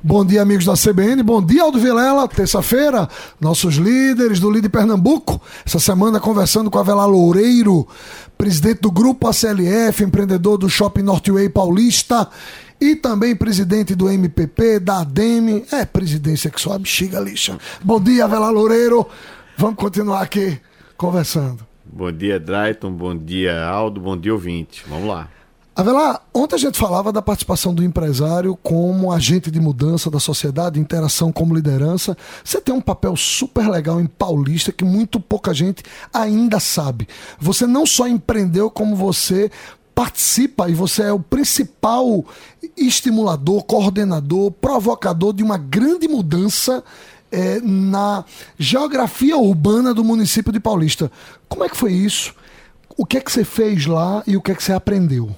Bom dia, amigos da CBN. Bom dia, Aldo Vilela. Terça-feira, nossos líderes do Líder Pernambuco. Essa semana conversando com Avelar Loureiro, presidente do Grupo ACLF, empreendedor do Shopping Northway Paulista e também presidente do MPP, da ADEME. Presidência que só a bexiga lixa. Bom dia, Avelar Loureiro. Vamos continuar aqui conversando. Bom dia, Drayton. Bom dia, Aldo. Bom dia, ouvinte. Vamos lá. Avelar, ontem a gente falava da participação do empresário como agente de mudança da sociedade, interação como liderança. Você tem um papel super legal em Paulista que muito pouca gente ainda sabe. Você não só empreendeu, como você participa e você é o principal estimulador, coordenador, provocador de uma grande mudança na geografia urbana do município de Paulista. Como é que foi isso? O que é que você fez lá e o que é que você aprendeu?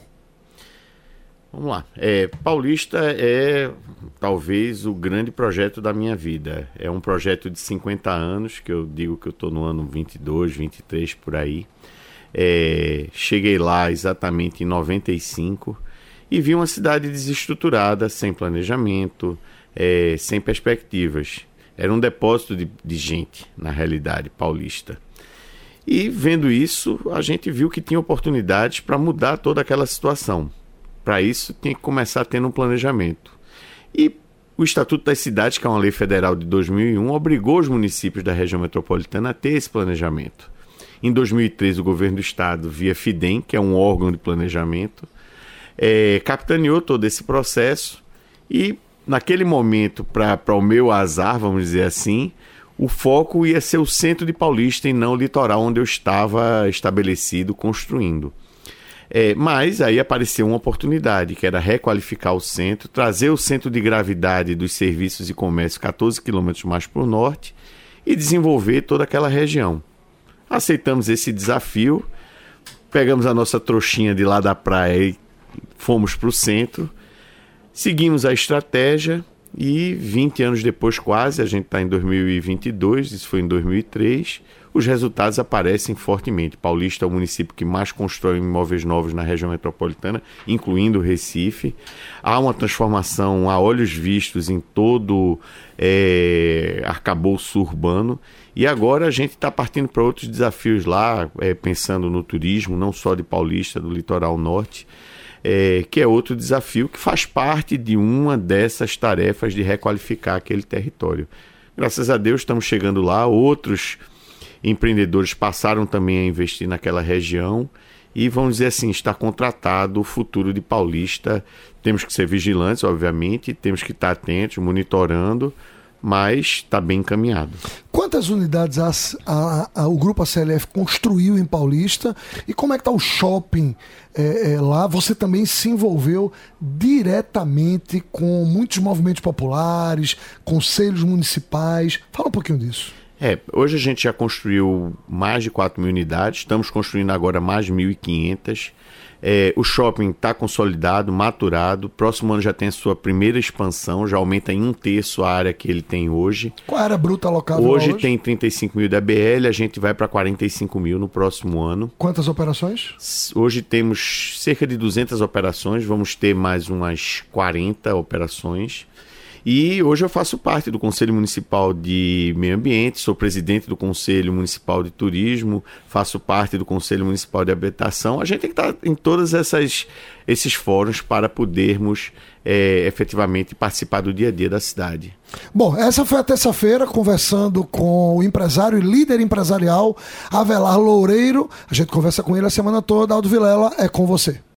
Vamos lá. Paulista é talvez o grande projeto da minha vida. É um projeto de 50 anos, que eu digo que eu estou no ano 22, 23 por aí. Cheguei lá exatamente em 95 e vi uma cidade desestruturada, sem planejamento, sem perspectivas. Era um depósito de gente, na realidade, paulista. E vendo isso, a gente viu que tinha oportunidades para mudar toda aquela situação. Para isso, tinha que começar tendo um planejamento. E o Estatuto das Cidades, que é uma lei federal de 2001, obrigou os municípios da região metropolitana a ter esse planejamento. Em 2003, o governo do estado, via FIDEM, que é um órgão de planejamento, capitaneou todo esse processo e, naquele momento, para o meu azar, vamos dizer assim, o foco ia ser o centro de Paulista e não o litoral onde eu estava estabelecido, construindo. Mas aí apareceu uma oportunidade, que era requalificar o centro, trazer o centro de gravidade dos serviços e comércio 14 quilômetros mais para o norte e desenvolver toda aquela região. Aceitamos esse desafio, pegamos a nossa trouxinha de lá da praia e fomos para o centro, seguimos a estratégia e 20 anos depois quase, a gente está em 2022, isso foi em 2003, os resultados aparecem fortemente. Paulista é o município que mais constrói imóveis novos na região metropolitana, incluindo o Recife. Há uma transformação a olhos vistos em todo arcabouço urbano. E agora a gente está partindo para outros desafios lá, pensando no turismo, não só de Paulista, do litoral norte, que é outro desafio que faz parte de uma dessas tarefas de requalificar aquele território. Graças a Deus estamos chegando lá, outros empreendedores passaram também a investir naquela região e, vamos dizer assim, está contratado o futuro de Paulista. Temos que ser vigilantes, obviamente, temos que estar atentos, monitorando, mas está bem encaminhado. Quantas unidades o Grupo ACLF construiu em Paulista e como é que está o shopping lá? Você também se envolveu diretamente com muitos movimentos populares, conselhos municipais. Fala um pouquinho disso. Hoje a gente já construiu mais de 4.000 unidades, estamos construindo agora mais de 1.500. O shopping está consolidado, maturado. Próximo ano já tem a sua primeira expansão, já aumenta em 1/3 a área que ele tem hoje. Qual a área bruta alocada hoje? Tem 35 mil da BL, a gente vai para 45 mil no próximo ano. Quantas operações? Hoje temos cerca de 200 operações, vamos ter mais umas 40 operações. E hoje eu faço parte do Conselho Municipal de Meio Ambiente, sou presidente do Conselho Municipal de Turismo, faço parte do Conselho Municipal de Habitação. A gente tem que estar em todos esses fóruns para podermos efetivamente participar do dia a dia da cidade. Bom, essa foi a terça-feira, conversando com o empresário e líder empresarial Avelar Loureiro. A gente conversa com ele a semana toda. Aldo Vilela, é com você.